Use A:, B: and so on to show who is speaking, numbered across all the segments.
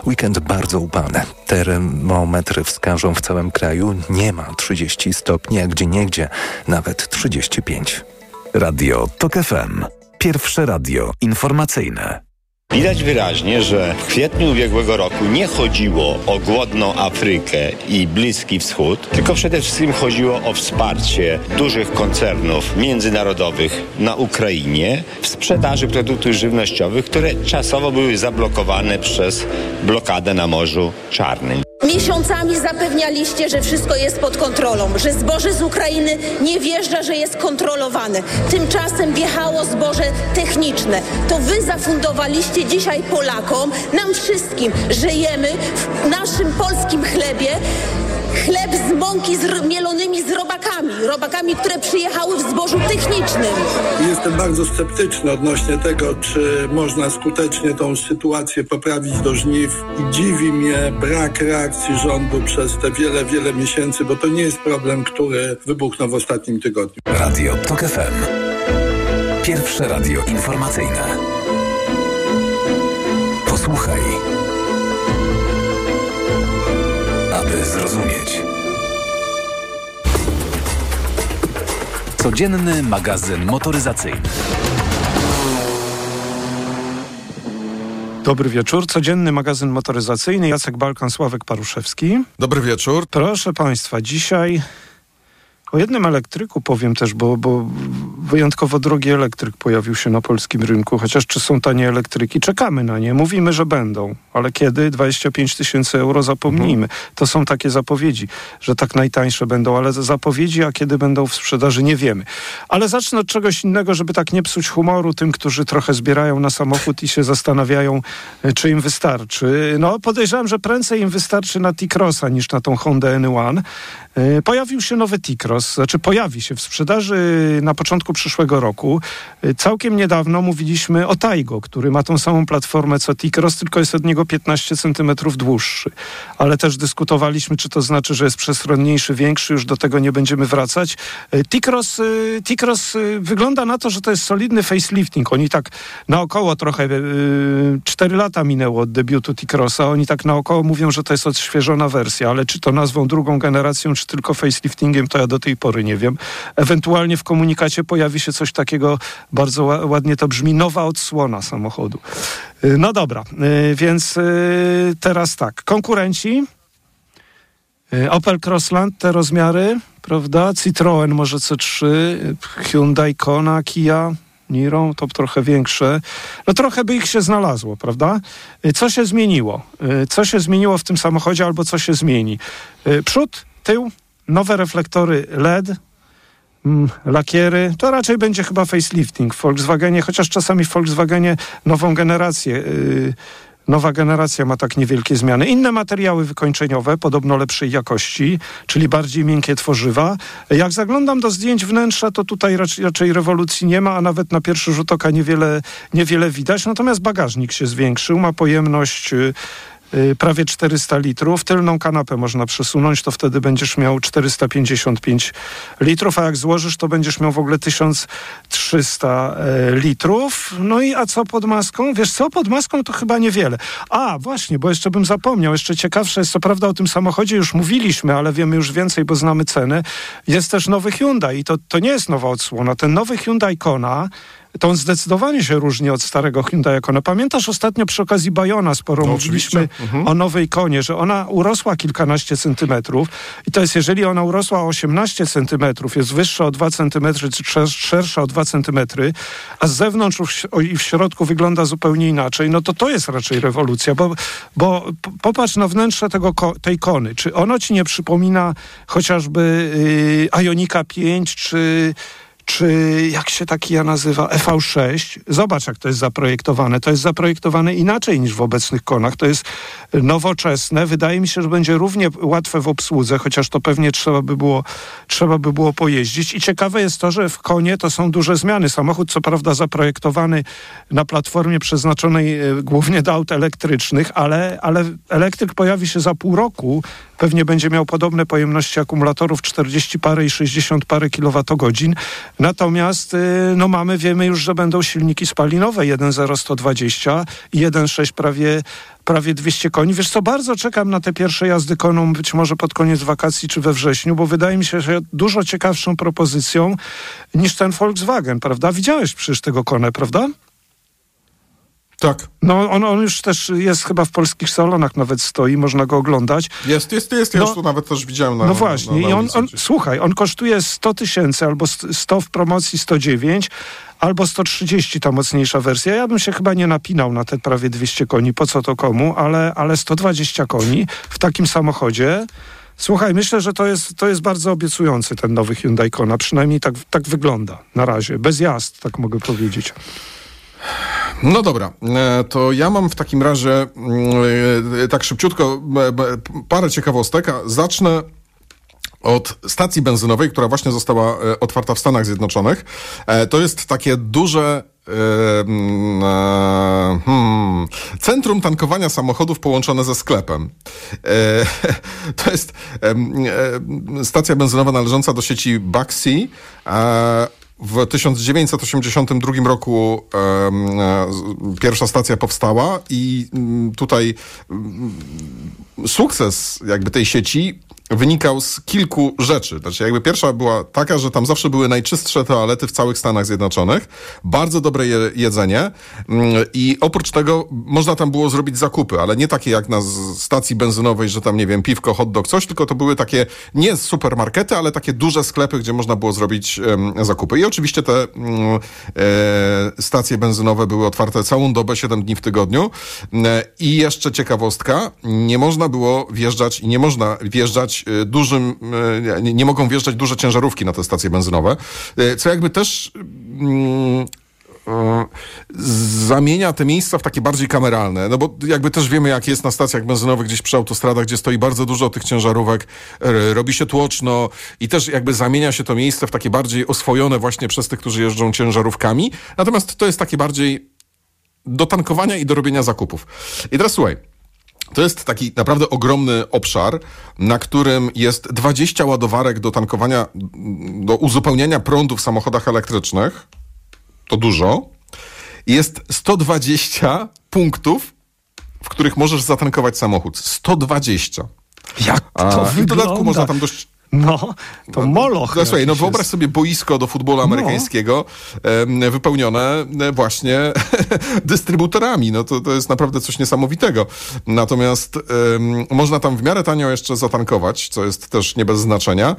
A: Weekend bardzo upalny. Termometry wskażą w całym kraju niemal 30 stopni, a gdzieniegdzie nawet 35.
B: Radio TOK FM. Pierwsze radio informacyjne.
C: Widać wyraźnie, że w kwietniu ubiegłego roku nie chodziło o głodną Afrykę i Bliski Wschód, tylko przede wszystkim chodziło o wsparcie dużych koncernów międzynarodowych na Ukrainie w sprzedaży produktów żywnościowych, które czasowo były zablokowane przez blokadę na Morzu Czarnym.
D: Miesiącami zapewnialiście, że wszystko jest pod kontrolą, że zboże z Ukrainy nie wjeżdża, że jest kontrolowane. Tymczasem wjechało zboże techniczne. To wy zafundowaliście dzisiaj Polakom, nam wszystkim, że jemy w naszym polskim chlebie chleb z mąki mielonymi z robakami, które przyjechały w zbożu technicznym.
E: Jestem bardzo sceptyczny odnośnie tego, czy można skutecznie tą sytuację poprawić do żniw i dziwi mnie brak reakcji rządu przez te wiele miesięcy, bo to nie jest problem, który wybuchnął w ostatnim tygodniu.
B: Radio TOK FM. Pierwsze radio informacyjne. Posłuchaj, aby zrozumieć. Codzienny magazyn motoryzacyjny.
F: Dobry wieczór. Codzienny magazyn motoryzacyjny. Jacek Balkan, Sławek Paruszewski.
G: Dobry wieczór.
F: Proszę Państwa, dzisiaj o jednym elektryku powiem też, bo wyjątkowo drogi elektryk pojawił się na polskim rynku, chociaż czy są tanie elektryki? Czekamy na nie. Mówimy, że będą. Ale kiedy? 25 tysięcy euro, zapomnijmy. To są takie zapowiedzi, że tak najtańsze będą, ale zapowiedzi, a kiedy będą w sprzedaży, nie wiemy. Ale zacznę od czegoś innego, żeby tak nie psuć humoru tym, którzy trochę zbierają na samochód i się zastanawiają, czy im wystarczy. No, podejrzewam, że prędzej im wystarczy na T-Crossa niż na tą Hondę N1. Pojawił się nowy T-Cross, pojawi się w sprzedaży na początku przyszłego roku. Całkiem niedawno mówiliśmy o Taygo, który ma tą samą platformę co T-Cross, tylko jest od niego 15 cm dłuższy. Ale też dyskutowaliśmy, czy to znaczy, że jest przestronniejszy, większy, już do tego nie będziemy wracać. T-Cross wygląda na to, że to jest solidny facelifting. Oni tak naokoło trochę, 4 lata minęło od debiutu T-Crossa, oni tak naokoło mówią, że to jest odświeżona wersja, ale czy to nazwą drugą generacją, czy tylko faceliftingiem, to ja do tej pory nie wiem. Ewentualnie w komunikacie pojawi się coś takiego, bardzo ładnie to brzmi, nowa odsłona samochodu. No dobra, więc teraz tak. Konkurenci. Opel Crossland, te rozmiary, prawda? Citroen może C3, Hyundai Kona, Kia, Niro, to trochę większe. No trochę by ich się znalazło, prawda? Co się zmieniło? Co się zmieniło w tym samochodzie albo co się zmieni? Przód, tył, nowe reflektory LED, lakiery, to raczej będzie chyba facelifting w Volkswagenie, chociaż czasami w Volkswagenie nowa generacja ma tak niewielkie zmiany. Inne materiały wykończeniowe, podobno lepszej jakości, czyli bardziej miękkie tworzywa. Jak zaglądam do zdjęć wnętrza, to tutaj raczej rewolucji nie ma, a nawet na pierwszy rzut oka niewiele widać. Natomiast bagażnik się zwiększył, ma pojemność prawie 400 litrów. Tylną kanapę można przesunąć, to wtedy będziesz miał 455 litrów, a jak złożysz, to będziesz miał w ogóle 1300 litrów. No i a co pod maską? Wiesz co, pod maską to chyba niewiele. A, właśnie, bo jeszcze bym zapomniał, jeszcze ciekawsze jest, co prawda o tym samochodzie już mówiliśmy, ale wiemy już więcej, bo znamy cenę. Jest też nowy Hyundai i to nie jest nowa odsłona. Ten nowy Hyundai Kona, to on zdecydowanie się różni od starego Hyundai Kona. Pamiętasz ostatnio przy okazji Bayona sporo mówiliśmy o nowej Konie, że ona urosła kilkanaście centymetrów i to jest, jeżeli ona urosła o 18 centymetrów, jest wyższa o 2 centymetry, czy szersza o 2 centymetry, a z zewnątrz i w środku wygląda zupełnie inaczej, no to jest raczej rewolucja, bo popatrz na wnętrze tej Kony. Czy ono ci nie przypomina chociażby Ionika 5, czy jak się taki nazywa, EV6. Zobacz, jak to jest zaprojektowane. To jest zaprojektowane inaczej niż w obecnych Konach. To jest nowoczesne. Wydaje mi się, że będzie równie łatwe w obsłudze, chociaż to pewnie trzeba by było pojeździć. I ciekawe jest to, że w Konie to są duże zmiany. Samochód, co prawda zaprojektowany na platformie przeznaczonej głównie do aut elektrycznych, ale elektryk pojawi się za pół roku pewnie będzie miał podobne pojemności akumulatorów 40 parę i 60 parę kilowatogodzin. Natomiast wiemy już, że będą silniki spalinowe 1.0 120 i 1.6 prawie 200 koni. Wiesz co, bardzo czekam na te pierwsze jazdy koną, być może pod koniec wakacji czy we wrześniu, bo wydaje mi się, że dużo ciekawszą propozycją niż ten Volkswagen, prawda? Widziałeś przecież tego Konę, prawda?
G: Tak.
F: No on już też jest chyba w polskich salonach, nawet stoi, można go oglądać.
G: Jest. Ja już tu nawet też widziałem
F: No właśnie. I słuchaj, on kosztuje 100 000 albo 100 w promocji 109, albo 130 ta mocniejsza wersja. Ja bym się chyba nie napinał na te prawie 200 koni, po co to komu, ale 120 koni w takim samochodzie. Słuchaj, myślę, że to jest bardzo obiecujący ten nowy Hyundai Kona. Przynajmniej tak wygląda na razie. Bez jazd, tak mogę powiedzieć.
G: No dobra, to ja mam w takim razie tak szybciutko parę ciekawostek. Zacznę od stacji benzynowej, która właśnie została otwarta w Stanach Zjednoczonych. To jest takie duże centrum tankowania samochodów połączone ze sklepem. To jest stacja benzynowa należąca do sieci Baxi. W 1982 roku pierwsza stacja powstała i tutaj sukces jakby tej sieci wynikał z kilku rzeczy. Znaczy jakby pierwsza była taka, że tam zawsze były najczystsze toalety w całych Stanach Zjednoczonych, bardzo dobre jedzenie i oprócz tego można tam było zrobić zakupy, ale nie takie jak na stacji benzynowej, że tam nie wiem, piwko, hot dog, coś, tylko to były takie nie supermarkety, ale takie duże sklepy, gdzie można było zrobić zakupy. I oczywiście te stacje benzynowe były otwarte całą dobę, 7 dni w tygodniu. I jeszcze ciekawostka, nie można było wjeżdżać i nie można wjeżdżać nie mogą wjeżdżać duże ciężarówki na te stacje benzynowe, co jakby też zamienia te miejsca w takie bardziej kameralne, no bo jakby też wiemy, jak jest na stacjach benzynowych gdzieś przy autostradach, gdzie stoi bardzo dużo tych ciężarówek, robi się tłoczno i też jakby zamienia się to miejsce w takie bardziej oswojone właśnie przez tych, którzy jeżdżą ciężarówkami, natomiast to jest takie bardziej do tankowania i do robienia zakupów. I teraz słuchaj, to jest taki naprawdę ogromny obszar, na którym jest 20 ładowarek do tankowania, do uzupełniania prądu w samochodach elektrycznych. To dużo. Jest 120 punktów, w których możesz zatankować samochód. 120.
F: Jak to wygląda?
G: I w dodatku można tam dość...
F: No, to moloch.
G: No, słuchaj, wyobraź sobie boisko do futbolu amerykańskiego wypełnione właśnie dystrybutorami. No to jest naprawdę coś niesamowitego. Natomiast można tam w miarę tanio jeszcze zatankować, co jest też nie bez znaczenia.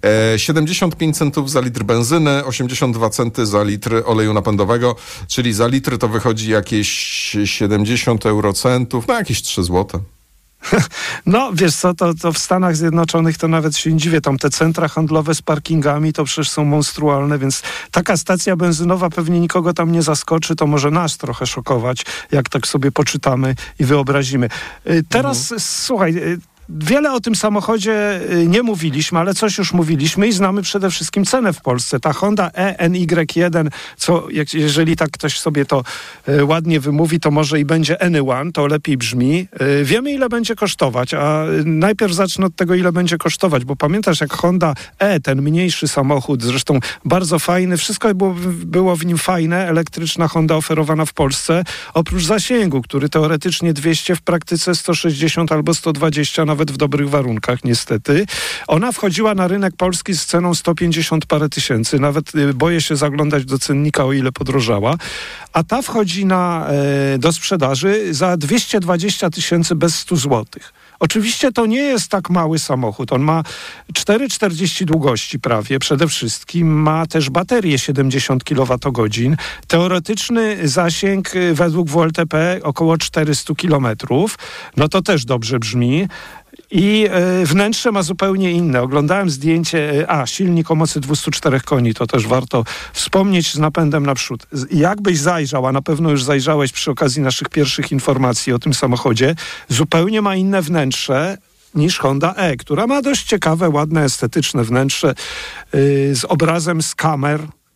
G: 75 centów za litr benzyny, 82 centy za litr oleju napędowego, czyli za litr to wychodzi jakieś 70 eurocentów, no jakieś 3 złote.
F: No, wiesz co, to w Stanach Zjednoczonych to nawet się nie dziwię. Tam te centra handlowe z parkingami to przecież są monstrualne, więc taka stacja benzynowa pewnie nikogo tam nie zaskoczy. To może nas trochę szokować, jak tak sobie poczytamy i wyobrazimy. Teraz, słuchaj... Wiele o tym samochodzie nie mówiliśmy, ale coś już mówiliśmy i znamy przede wszystkim cenę w Polsce. Ta Honda ENY1, jeżeli tak ktoś sobie to ładnie wymówi, to może i będzie Any1, to lepiej brzmi. Wiemy, ile będzie kosztować, a najpierw zacznę od tego, ile będzie kosztować, bo pamiętasz, jak Honda ten mniejszy samochód, zresztą bardzo fajny, wszystko było w nim fajne, elektryczna Honda oferowana w Polsce, oprócz zasięgu, który teoretycznie 200, w praktyce 160 albo 120, nawet w dobrych warunkach, niestety. Ona wchodziła na rynek polski z ceną 150 parę tysięcy. Nawet boję się zaglądać do cennika, o ile podrożała. A ta wchodzi do sprzedaży za 220 000 bez 100 złotych. Oczywiście to nie jest tak mały samochód. On ma 4,40 długości prawie, przede wszystkim. Ma też baterię 70 kWh. Teoretyczny zasięg według WLTP około 400 km. No to też dobrze brzmi. I wnętrze ma zupełnie inne. Oglądałem zdjęcie, silnik o mocy 204 koni, to też warto wspomnieć, z napędem naprzód. Jakbyś zajrzał, a na pewno już zajrzałeś przy okazji naszych pierwszych informacji o tym samochodzie, zupełnie ma inne wnętrze niż Honda która ma dość ciekawe, ładne, estetyczne wnętrze z obrazem z kamer.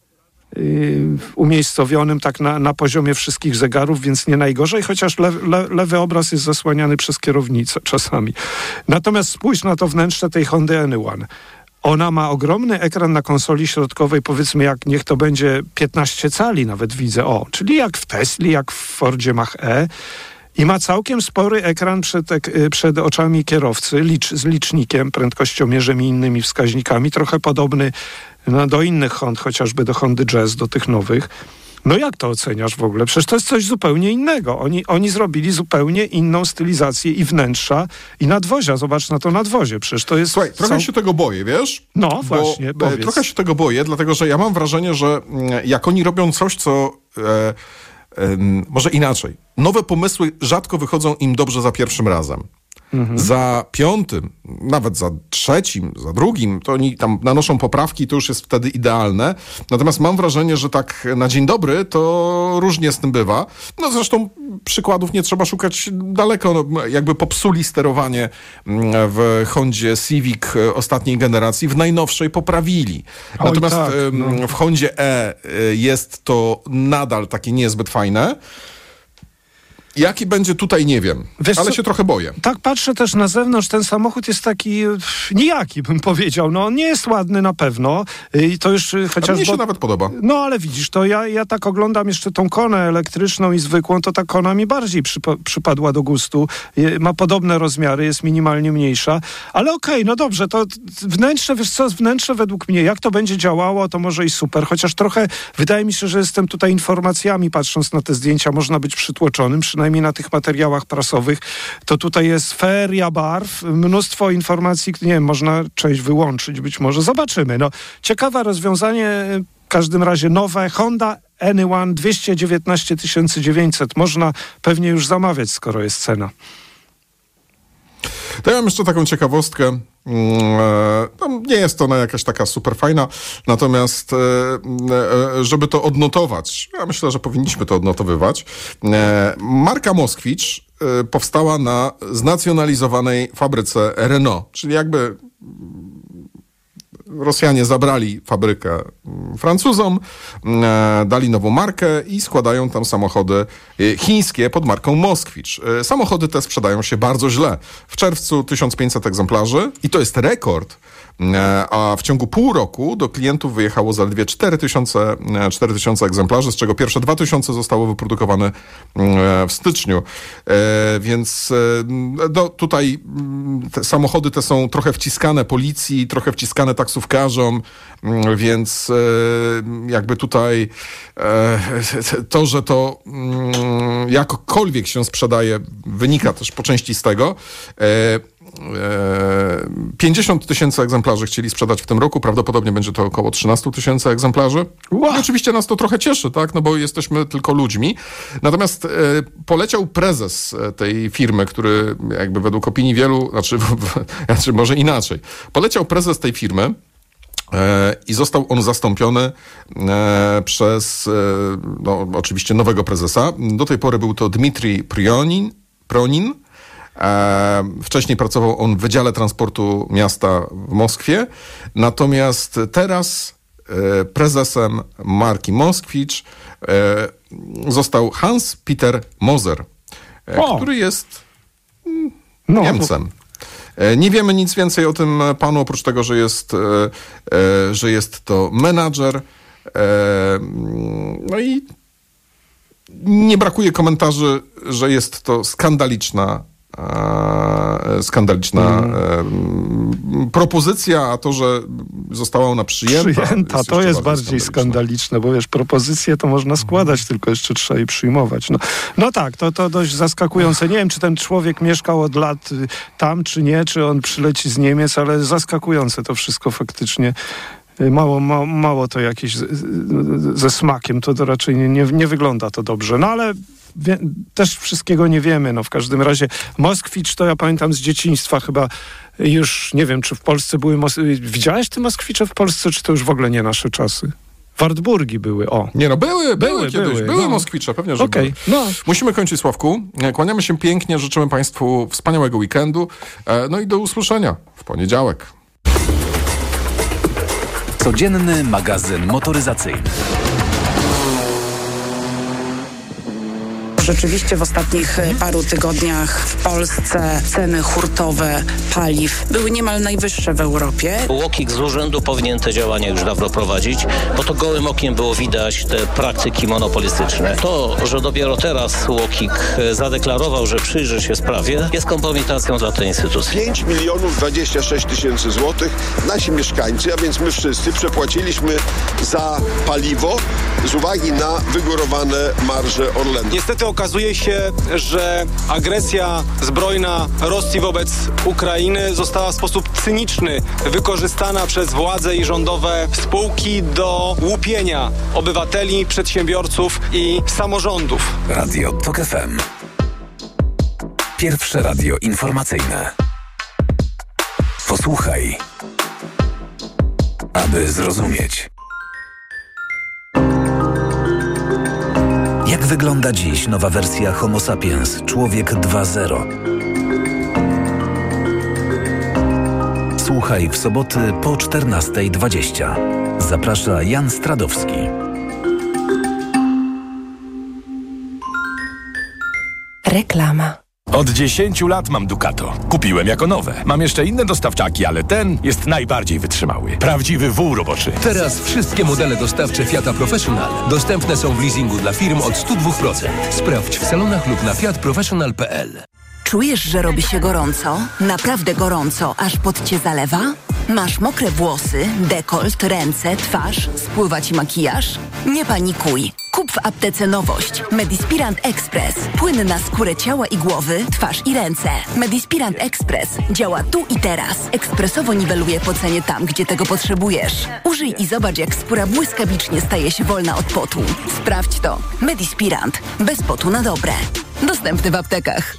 F: umiejscowionym tak na poziomie wszystkich zegarów, więc nie najgorzej, chociaż lewy obraz jest zasłaniany przez kierownicę czasami. Natomiast spójrz na to wnętrze tej Hondy Anyone. Ona ma ogromny ekran na konsoli środkowej, powiedzmy niech to będzie 15 cali nawet widzę, czyli jak w Tesli, jak w Fordzie Mach-E. I ma całkiem spory ekran przed oczami kierowcy z licznikiem, prędkościomierzem i innymi wskaźnikami, trochę podobny do innych Hond, chociażby do Hondy Jazz, do tych nowych. No jak to oceniasz w ogóle? Przecież to jest coś zupełnie innego. Oni zrobili zupełnie inną stylizację i wnętrza, i nadwozia. Zobacz na to nadwozie. Przecież to jest...
G: Słuchaj, trochę się tego boję, wiesz?
F: No właśnie, powiedz.
G: Trochę się tego boję, dlatego że ja mam wrażenie, że jak oni robią coś, co... może inaczej. Nowe pomysły rzadko wychodzą im dobrze za pierwszym razem. Za piątym, nawet za trzecim, za drugim, to oni tam nanoszą poprawki, to już jest wtedy idealne. Natomiast mam wrażenie, że tak na dzień dobry to różnie z tym bywa. No zresztą przykładów nie trzeba szukać daleko. No, jakby popsuli sterowanie w Hondzie Civic ostatniej generacji, w najnowszej poprawili. Natomiast w Hondzie E jest to nadal takie niezbyt fajne. Jaki będzie tutaj, nie wiem, ale się trochę boję.
F: Tak patrzę też na zewnątrz, ten samochód jest taki nijaki, bym powiedział. No, on nie jest ładny na pewno. I to już chociaż...
G: mnie się nawet podoba.
F: No, ale widzisz, to ja tak oglądam jeszcze tą Konę elektryczną i zwykłą, to ta Kona mi bardziej przypadła do gustu. Ma podobne rozmiary, jest minimalnie mniejsza. Ale okej, no dobrze, to wnętrze, wiesz co, wnętrze według mnie, jak to będzie działało, to może i super. Chociaż trochę, wydaje mi się, że jestem tutaj informacjami, patrząc na te zdjęcia, można być przytłoczonym, przynajmniej na tych materiałach prasowych, to tutaj jest feria barw, mnóstwo informacji, nie wiem, można część wyłączyć być może, zobaczymy. No, ciekawe rozwiązanie, w każdym razie nowe, Honda Anyone 219 900, można pewnie już zamawiać, skoro jest cena.
G: To ja mam jeszcze taką ciekawostkę. Nie jest ona jakaś taka super fajna, natomiast żeby to odnotować, ja myślę, że powinniśmy to odnotowywać, marka Moskwicz powstała na znacjonalizowanej fabryce Renault, czyli jakby Rosjanie zabrali fabrykę Francuzom, dali nową markę i składają tam samochody chińskie pod marką Moskwicz. Samochody te sprzedają się bardzo źle. W czerwcu 1500 egzemplarzy i to jest rekord, a w ciągu pół roku do klientów wyjechało zaledwie 4000 egzemplarzy, z czego pierwsze 2000 zostało wyprodukowane w styczniu. Więc no, tutaj te samochody te są trochę wciskane policji, trochę wciskane taksówkarzom, więc jakby tutaj to, że to jakkolwiek się sprzedaje, wynika też po części z tego. 50 000 egzemplarzy chcieli sprzedać w tym roku, prawdopodobnie będzie to około 13 000 egzemplarzy. Wow. I oczywiście nas to trochę cieszy, tak? No bo jesteśmy tylko ludźmi. Natomiast poleciał prezes tej firmy, który jakby według opinii wielu, znaczy może inaczej, poleciał prezes tej firmy i został on zastąpiony przez oczywiście nowego prezesa. Do tej pory był to Dmitrij Pronin. Wcześniej pracował on w Wydziale Transportu Miasta w Moskwie, natomiast teraz prezesem marki Moskwicz został Hans-Peter Moser, który jest Niemcem. Nie wiemy nic więcej o tym panu, oprócz tego, że jest to menadżer. No i nie brakuje komentarzy, że jest to skandaliczna propozycja, a to, że została ona przyjęta
F: to jest bardziej skandaliczne, bo wiesz, propozycje to można składać, tylko jeszcze trzeba je przyjmować. No tak, to dość zaskakujące. Nie wiem, czy ten człowiek mieszkał od lat tam, czy nie, czy on przyleci z Niemiec, ale zaskakujące to wszystko faktycznie. Mało to jakieś ze smakiem, to raczej nie wygląda to dobrze. No ale też wszystkiego nie wiemy. No w każdym razie Moskwicz to ja pamiętam z dzieciństwa chyba już, nie wiem, czy w Polsce były... Widziałeś te Moskwicze w Polsce, czy to już w ogóle nie nasze czasy? Wartburgi były,
G: Nie no, były kiedyś, były Moskwicze, pewnie, że były. No. Musimy kończyć, Sławku. Kłaniamy się pięknie, życzymy Państwu wspaniałego weekendu, no i do usłyszenia w poniedziałek.
B: Codzienny magazyn motoryzacyjny.
H: Rzeczywiście w ostatnich paru tygodniach w Polsce ceny hurtowe paliw były niemal najwyższe w Europie.
I: UOKiK z urzędu powinien te działania już dawno prowadzić, bo to gołym okiem było widać te praktyki monopolistyczne. To, że dopiero teraz UOKiK zadeklarował, że przyjrzy się sprawie, jest kompromitacją dla tej instytucji.
J: 5 026 000 złotych nasi mieszkańcy, a więc my wszyscy przepłaciliśmy za paliwo z uwagi na wygórowane marże Orlenu.
K: Niestety okazuje się, że agresja zbrojna Rosji wobec Ukrainy została w sposób cyniczny wykorzystana przez władze i rządowe spółki do łupienia obywateli, przedsiębiorców i samorządów.
B: Radio TOK FM. Pierwsze radio informacyjne. Posłuchaj, aby zrozumieć. Jak wygląda dziś nowa wersja Homo sapiens, Człowiek 2.0? Słuchaj w soboty po 14:20. Zaprasza Jan Stradowski.
L: Reklama.
M: Od 10 lat mam Ducato. Kupiłem jako nowe. Mam jeszcze inne dostawczaki, ale ten jest najbardziej wytrzymały. Prawdziwy wół roboczy.
N: Teraz wszystkie modele dostawcze Fiata Professional dostępne są w leasingu dla firm od 102%. Sprawdź w salonach lub na fiatprofessional.pl.
L: Czujesz, że robi się gorąco? Naprawdę gorąco, aż pot cię zalewa? Masz mokre włosy, dekolt, ręce, twarz, spływa ci makijaż? Nie panikuj. Kup w aptece nowość. Medispirant Express. Płyn na skórę ciała i głowy, twarz i ręce. Medispirant Express działa tu i teraz. Ekspresowo niweluje pocenie tam, gdzie tego potrzebujesz. Użyj i zobacz, jak skóra błyskawicznie staje się wolna od potu. Sprawdź to. Medispirant. Bez potu na dobre. Dostępny w aptekach.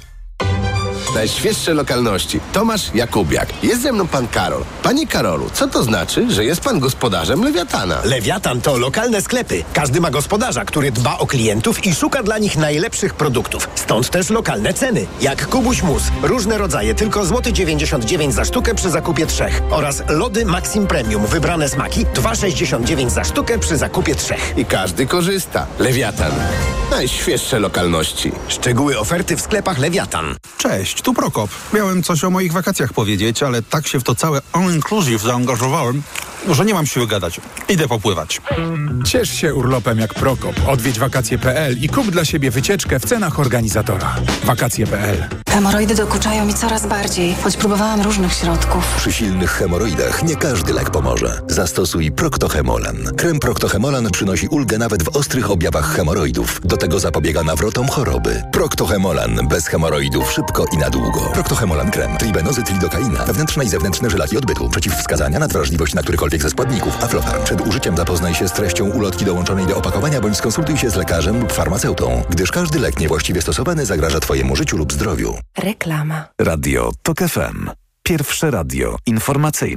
O: Najświeższe lokalności. Tomasz Jakubiak. Jest ze mną pan Karol. Panie Karolu, co to znaczy, że jest pan gospodarzem Lewiatana?
P: Lewiatan to lokalne sklepy. Każdy ma gospodarza, który dba o klientów i szuka dla nich najlepszych produktów. Stąd też lokalne ceny. Jak Kubuś Mus. Różne rodzaje, tylko złoty 99 za sztukę przy zakupie 3. Oraz lody Maxim Premium. Wybrane smaki 2,69 za sztukę przy zakupie 3.
O: I każdy korzysta. Lewiatan. Najświeższe lokalności.
P: Szczegóły oferty w sklepach Lewiatan.
Q: Cześć, tu Prokop. Miałem coś o moich wakacjach powiedzieć, ale tak się w to całe all-inclusive zaangażowałem, że nie mam siły gadać. Idę popływać.
R: Ciesz się urlopem jak Prokop. Odwiedź wakacje.pl i kup dla siebie wycieczkę w cenach organizatora. Wakacje.pl.
S: Hemoroidy dokuczają mi coraz bardziej, choć próbowałam różnych środków.
T: Przy silnych hemoroidach nie każdy lek pomoże. Zastosuj Proctohemolan. Krem Proctohemolan przynosi ulgę nawet w ostrych objawach hemoroidów. Do tego zapobiega nawrotom choroby. Proctohemolan. Bez hemoroidów szybko i na długo. Proctohemolan krem. Tribenozyt, lidokaina. Wewnętrzne i zewnętrzne żelaki odbytu. Przeciwwskazania, nadwrażliwość na którykolwiek ze składników. Aflofarm. Przed użyciem zapoznaj się z treścią ulotki dołączonej do opakowania bądź skonsultuj się z lekarzem lub farmaceutą, gdyż każdy lek niewłaściwie stosowany zagraża Twojemu życiu lub zdrowiu.
L: Reklama.
B: Radio TOK FM. Pierwsze radio informacyjne.